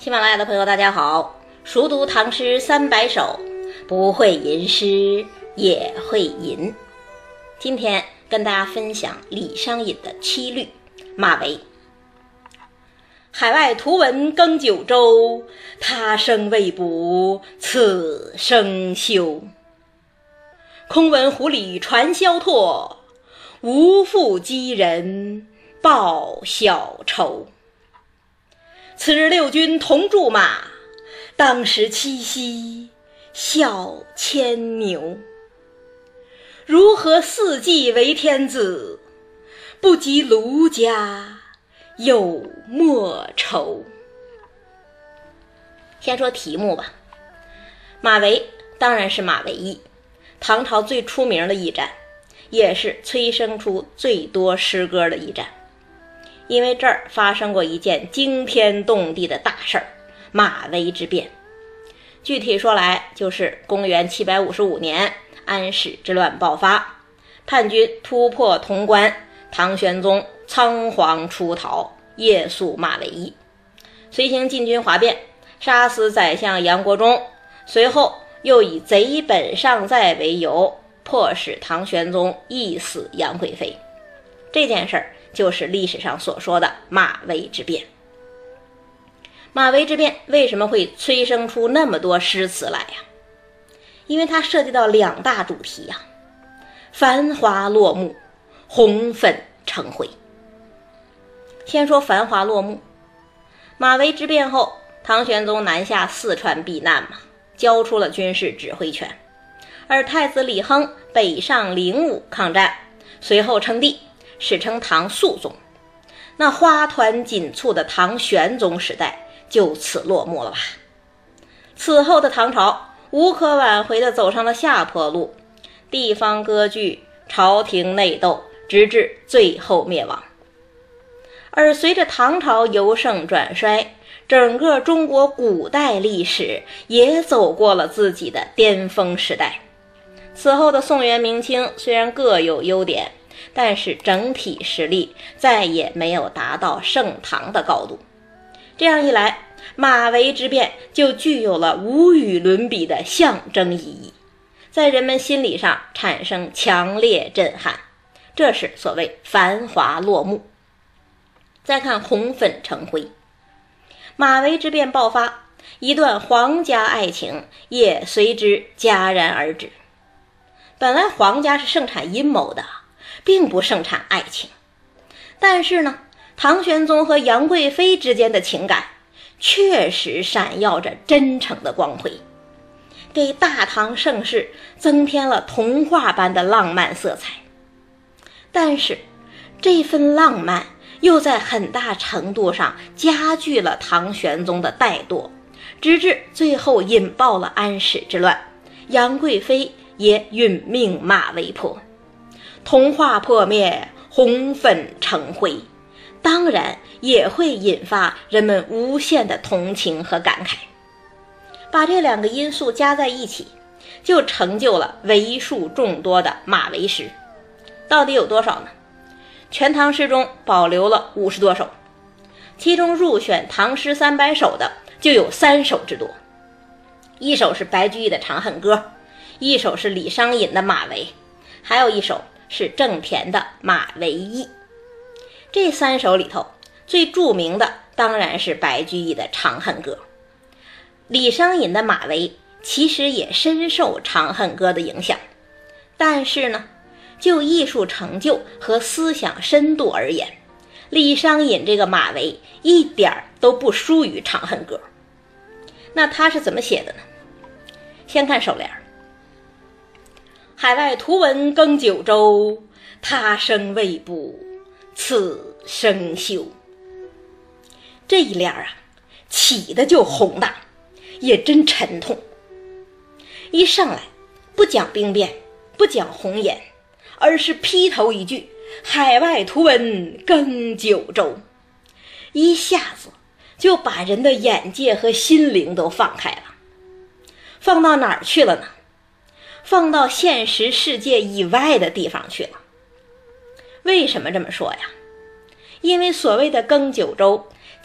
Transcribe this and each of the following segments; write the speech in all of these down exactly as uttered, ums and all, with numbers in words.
喜马拉雅的朋友大家好，熟读唐诗三百首，不会吟诗也会吟。今天跟大家分享李商隐的七律。马嵬：海外图闻更九州，他生未卜此生休。空闻胡里传销拓，无复击人报小仇。次日六军同驻马，当时七夕笑牵牛。如何四季为天子，不及卢家有莫愁。先说题目吧。马嵬当然是马嵬驿，唐朝最出名的驿站，也是催生出最多诗歌的驿站。因为这儿发生过一件惊天动地的大事儿——马嵬之变。具体说来，就是公元七百五十五年，安史之乱爆发，叛军突破潼关，唐玄宗仓皇出逃，夜宿马嵬驿。随行禁军哗变，杀死宰相杨国忠，随后又以贼本尚在为由，迫使唐玄宗缢死杨贵妃。这件事儿就是历史上所说的马嵬之变。马嵬之变为什么会催生出那么多诗词来呀？因为它涉及到两大主题呀，繁华落幕，红粉成灰。先说繁华落幕。马嵬之变后，唐玄宗南下四川避难嘛，交出了军事指挥权，而太子李亨北上灵武抗战，随后称帝，史称唐肃宗。那花团锦簇的唐玄宗时代就此落幕了吧。此后的唐朝无可挽回地走上了下坡路，地方割据，朝廷内斗，直至最后灭亡。而随着唐朝由盛转衰，整个中国古代历史也走过了自己的巅峰时代。此后的宋元明清虽然各有优点，但是整体实力再也没有达到盛唐的高度。这样一来，马嵬之变就具有了无与伦比的象征意义，在人们心理上产生强烈震撼，这是所谓繁华落幕。再看红粉成灰。马嵬之变爆发，一段皇家爱情也随之戛然而止。本来皇家是盛产阴谋的，并不盛产爱情，但是呢，唐玄宗和杨贵妃之间的情感确实闪耀着真诚的光辉，给大唐盛世增添了童话般的浪漫色彩。但是这份浪漫又在很大程度上加剧了唐玄宗的怠惰，直至最后引爆了安史之乱，杨贵妃也殒命马嵬坡。童话破灭，红粉成灰，当然也会引发人们无限的同情和感慨。把这两个因素加在一起，就成就了为数众多的马嵬诗。到底有多少呢？全唐诗中保留了五十多首，其中入选唐诗三百首的就有三首之多。一首是白居易的《长恨歌》，一首是李商隐的《马嵬》，还有一首是郑田的《马嵬驿》。这三首里头最著名的当然是白居易的《长恨歌》。李商隐的《马嵬》其实也深受《长恨歌》的影响，但是呢，就艺术成就和思想深度而言，李商隐这个《马嵬》一点都不输于《长恨歌》。那他是怎么写的呢？先看首联：海外图闻更九州，他生未卜此生休。这一联啊，起的就宏大，也真沉痛。一上来不讲兵变，不讲宏言，而是劈头一句海外图闻更九州，一下子就把人的眼界和心灵都放开了。放到哪儿去了呢？放到现实世界以外的地方去了。为什么这么说呀？因为所谓的更九州，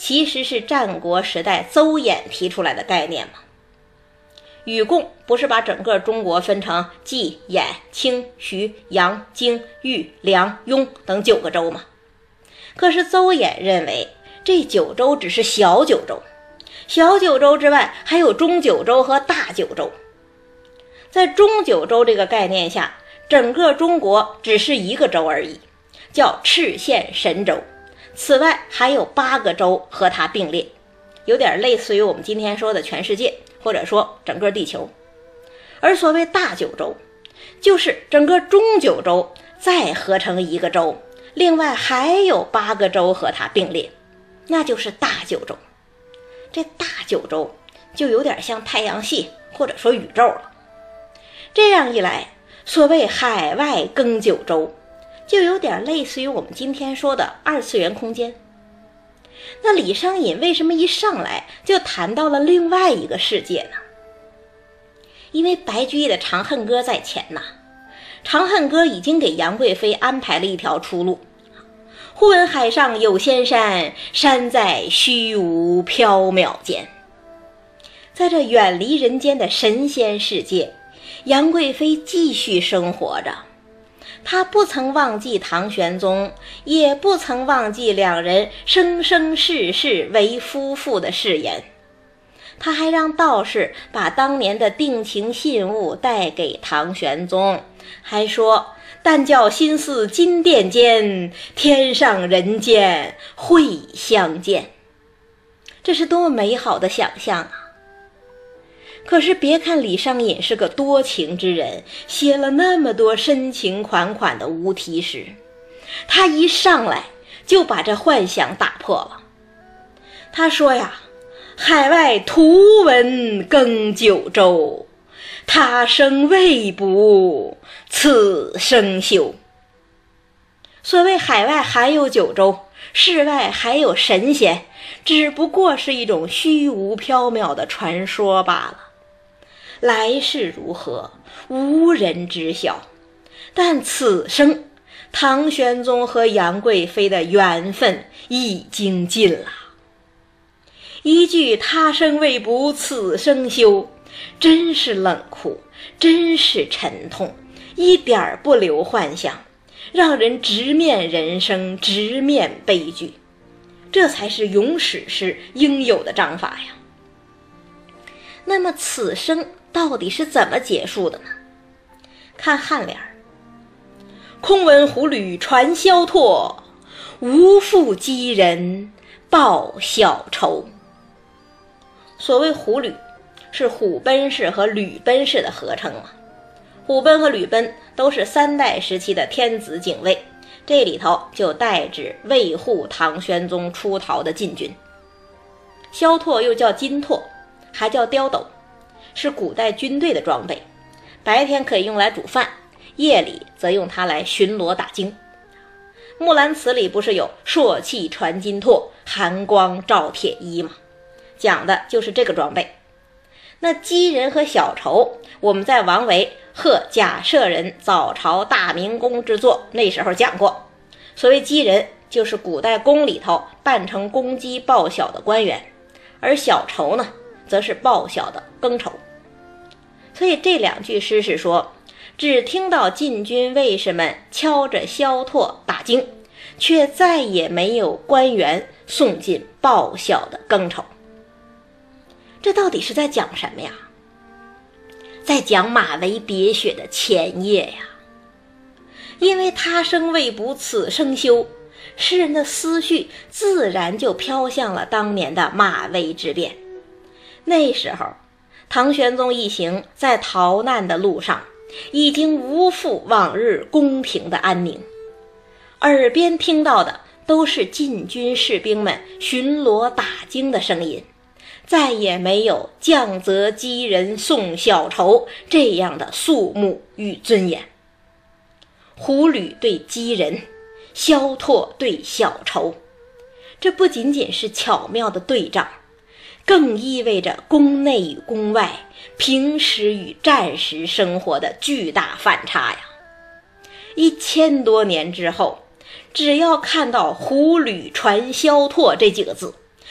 其实是战国时代邹衍提出来的概念嘛。禹贡不是把整个中国分成冀、兖、青、徐、阳、荆、豫、梁、雍等九个州吗？可是邹衍认为这九州只是小九州，小九州之外还有中九州和大九州。在中九州这个概念下，整个中国只是一个州而已，叫赤县神州，此外还有八个州和它并列，有点类似于我们今天说的全世界，或者说整个地球。而所谓大九州，就是整个中九州再合成一个州，另外还有八个州和它并列，那就是大九州。这大九州就有点像太阳系或者说宇宙了。这样一来，所谓海外更九州就有点类似于我们今天说的二次元空间。那李商隐为什么一上来就谈到了另外一个世界呢？因为白居易的《长恨歌》在前呐，《长恨歌》已经给杨贵妃安排了一条出路。忽闻海上有仙山，山在虚无缥缈间。在这远离人间的神仙世界，杨贵妃继续生活着。她不曾忘记唐玄宗，也不曾忘记两人生生世世为夫妇的誓言。他还让道士把当年的定情信物带给唐玄宗，还说但教心似金殿间，天上人间会相见。这是多么美好的想象啊！可是别看李商隐是个多情之人，写了那么多深情款款的无题诗，他一上来就把这幻想打破了。他说呀，海外图闻更九州，他生未卜此生休。所谓海外还有九州，世外还有神仙，只不过是一种虚无缥缈的传说罢了。来世如何，无人知晓。但此生，唐玄宗和杨贵妃的缘分已经尽了。一句他生未卜此生休，真是冷酷，真是沉痛，一点不留幻想，让人直面人生，直面悲剧。这才是咏史诗应有的章法呀。那么此生到底是怎么结束的呢？看颔联，空闻虎履传萧拓，无复击人报小仇。所谓虎履，是虎贲氏和吕贲氏的合称嘛。虎贲和吕贲都是三代时期的天子警卫，这里头就代指卫护唐玄宗出逃的禁军。萧拓又叫金拓，还叫雕斗，是古代军队的装备，白天可以用来煮饭，夜里则用它来巡逻打更。木兰辞里不是有朔气传金拓，寒光照铁衣吗？讲的就是这个装备。那击人和小仇，我们在王维贺贾舍人早朝大明宫之作那时候讲过。所谓击人，就是古代宫里头扮成公鸡报晓的官员，而小仇呢，则是报晓的更仇。所以这两句诗是说，只听到禁军卫士们敲着萧拓打更，却再也没有官员送进报晓的更仇。这到底是在讲什么呀？在讲马嵬喋血的前夜呀。因为他生未卜此生休，诗人的思绪自然就飘向了当年的马嵬之变。那时候唐玄宗一行在逃难的路上，已经无复往日宫廷的安宁，耳边听到的都是禁军士兵们巡逻打更的声音，再也没有降泽击人送小仇这样的肃穆与尊严。虎履对击人，萧拓对小仇，这不仅仅是巧妙的对仗，更意味着宫内与宫外，平时与战时生活的巨大反差呀。一千多年之后，只要看到虎履传萧拓这几个字，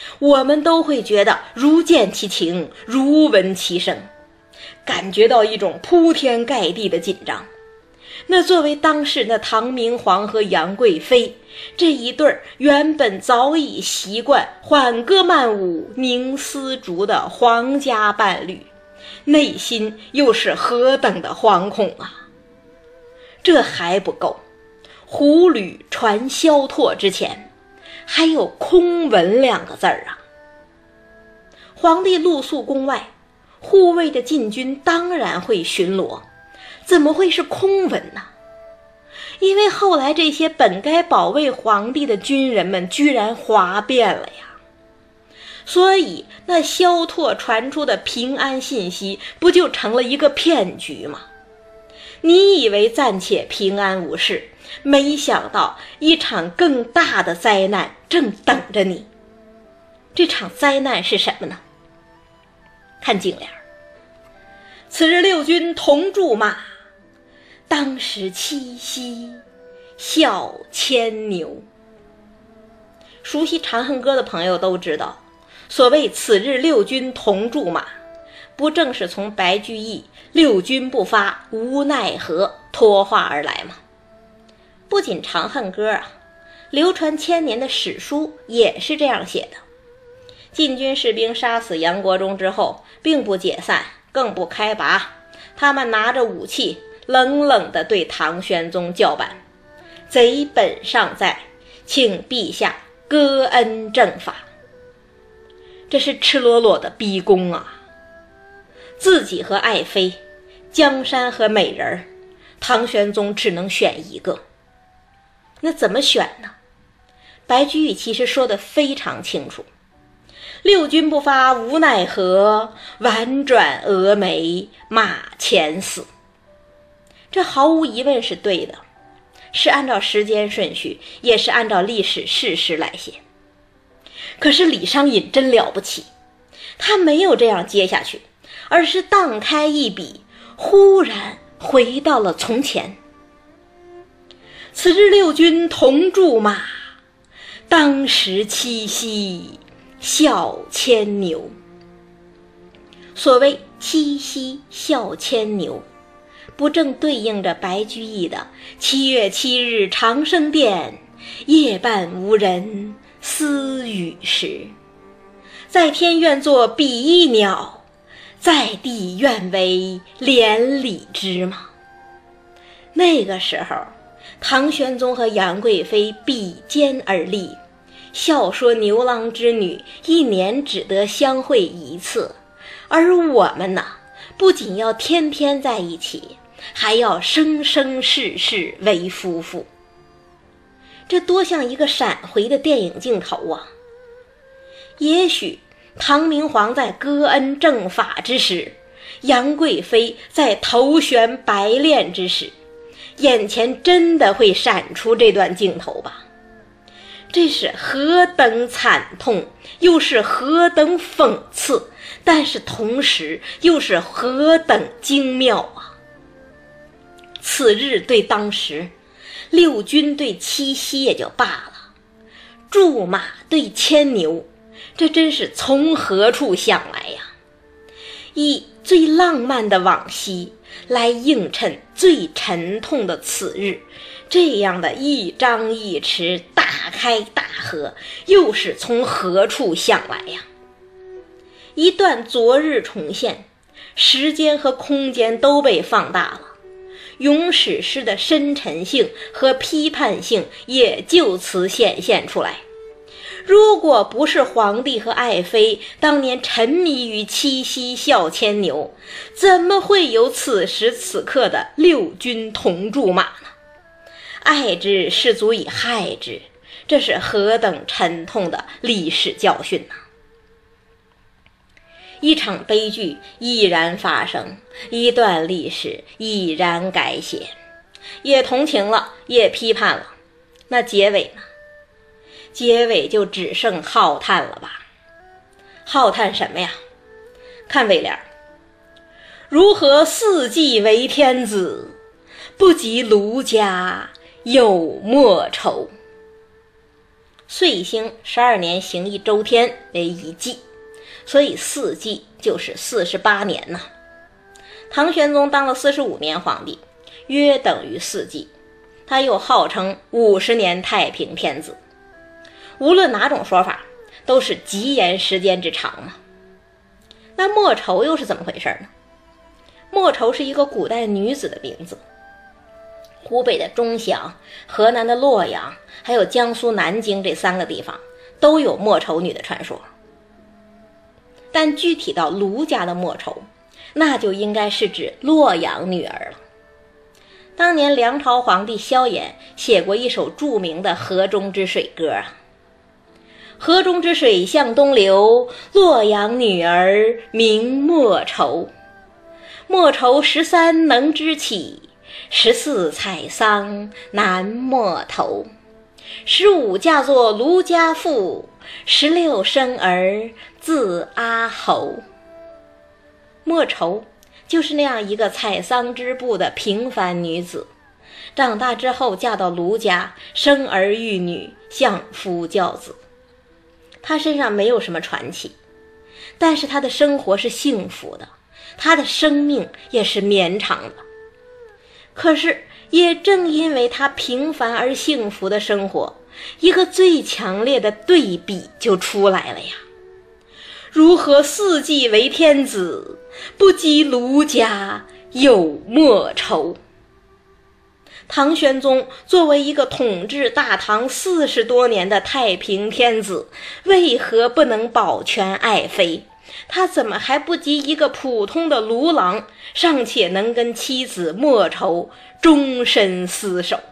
我们都会觉得如见其情，如闻其声，感觉到一种铺天盖地的紧张。那作为当时的唐明皇和杨贵妃这一对儿原本早已习惯缓歌慢舞凝丝竹的皇家伴侣，内心又是何等的惶恐啊！这还不够，胡吕传萧拓之前还有空文两个字儿啊。皇帝露宿宫外，护卫的禁军当然会巡逻，怎么会是空文呢？因为后来这些本该保卫皇帝的军人们居然哗变了呀，所以那萧拓传出的平安信息不就成了一个骗局吗？你以为暂且平安无事，没想到一场更大的灾难正等着你。这场灾难是什么呢？看颈联：此日六军同驻马，当时七夕笑牵牛。熟悉《长恨歌》的朋友都知道，所谓此日六军同驻马，不正是从白居易六军不发无奈何脱话而来吗？不仅《长恨歌》啊，流传千年的史书也是这样写的。禁军士兵杀死杨国忠之后，并不解散，更不开拔，他们拿着武器冷冷地对唐玄宗叫板：贼本尚在，请陛下割恩正法。这是赤裸裸的逼宫啊！自己和爱妃，江山和美人，唐玄宗只能选一个。那怎么选呢？白居易其实说得非常清楚：六军不发无奈何，宛转蛾眉马前死。这毫无疑问是对的，是按照时间顺序，也是按照历史事实来写。可是李商隐真了不起，他没有这样接下去，而是荡开一笔，忽然回到了从前。此日六军同驻马，当时七夕笑牵牛。所谓七夕笑牵牛，不正对应着白居易的七月七日长生殿，夜半无人私语时，在天愿作比翼鸟，在地愿为连理枝吗？那个时候唐玄宗和杨贵妃比肩而立，笑说牛郎织女一年只得相会一次，而我们呢，不仅要天天在一起，还要生生世世为夫妇。这多像一个闪回的电影镜头啊！也许唐明皇在割恩正法之时，杨贵妃在头悬白练之时，眼前真的会闪出这段镜头吧？这是何等惨痛，又是何等讽刺，但是同时又是何等精妙啊！此日对当时，六军对七夕也就罢了，驻马对牵牛，这真是从何处想来呀？以最浪漫的往昔来映衬最沉痛的此日，这样的一张一弛，大开大合，又是从何处想来呀？一段昨日重现，时间和空间都被放大了，咏史诗的深沉性和批判性也就此显现出来。如果不是皇帝和爱妃当年沉迷于七夕笑牵牛，怎么会有此时此刻的六军同驻马呢？爱之是足以害之，这是何等沉痛的历史教训呢？一场悲剧毅然发生，一段历史毅然改写，也同情了，也批判了，那结尾呢？结尾就只剩浩叹了吧？浩叹什么呀？看尾联：如何四季为天子，不及卢家有莫愁。 岁星十二年行一周天为一季，所以四季就是四十八年呐。唐玄宗当了四十五年皇帝，约等于四季，他又号称五十年太平天子。无论哪种说法，都是极言时间之长嘛。那莫愁又是怎么回事呢？莫愁是一个古代女子的名字，湖北的钟祥、河南的洛阳，还有江苏南京这三个地方都有莫愁女的传说。但具体到卢家的莫愁，那就应该是指洛阳女儿了。当年梁朝皇帝萧衍写过一首著名的河中之水歌啊，河中之水向东流，洛阳女儿名莫愁。莫愁十三能支起，十四采桑难莫头。十五嫁作卢家妇，十六生儿字阿侯。莫愁就是那样一个采桑织布的平凡女子，长大之后嫁到卢家，生儿育女，相夫教子。她身上没有什么传奇，但是她的生活是幸福的，她的生命也是绵长的。可是也正因为她平凡而幸福的生活，一个最强烈的对比就出来了呀。如何四季为天子，不及卢家有莫愁。唐玄宗作为一个统治大唐四十多年的太平天子，为何不能保全爱妃？他怎么还不及一个普通的卢郎，尚且能跟妻子莫愁终身厮守？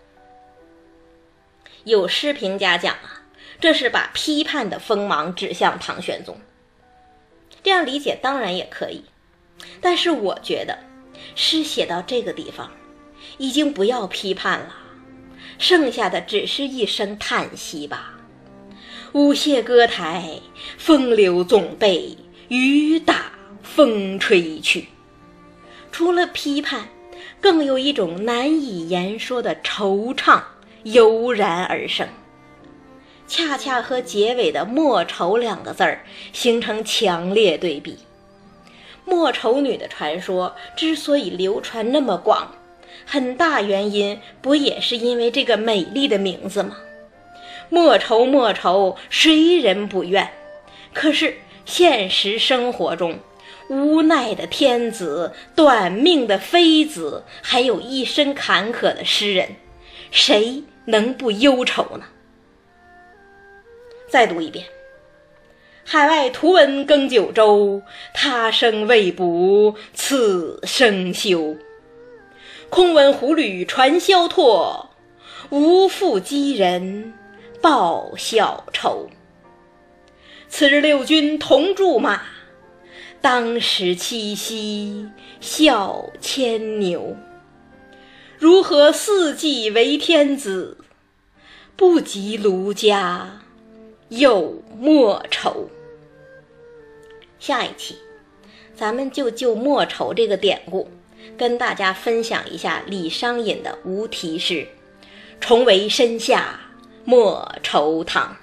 有诗评家讲啊，这是把批判的锋芒指向唐玄宗。这样理解当然也可以，但是我觉得诗写到这个地方已经不要批判了，剩下的只是一声叹息吧。舞榭歌台，风流总被雨打风吹去。除了批判，更有一种难以言说的惆怅油然而生，恰恰和结尾的莫愁两个字儿形成强烈对比。莫愁女的传说之所以流传那么广，很大原因不也是因为这个美丽的名字吗？莫愁莫愁，谁人不愿？可是现实生活中，无奈的天子，短命的妃子，还有一生坎坷的诗人，谁能不忧愁呢？再读一遍：海外图文更九州，他生未卜此生休。空闻胡吕传萧拓，无复击人报小仇。次日六军同驻马，当时七夕笑牵牛。如何四季为天子，不及卢家有莫愁。下一期咱们就就莫愁这个典故跟大家分享一下李商隐的无题诗：重围深下莫愁堂。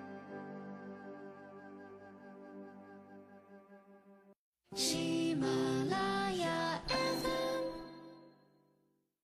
喜马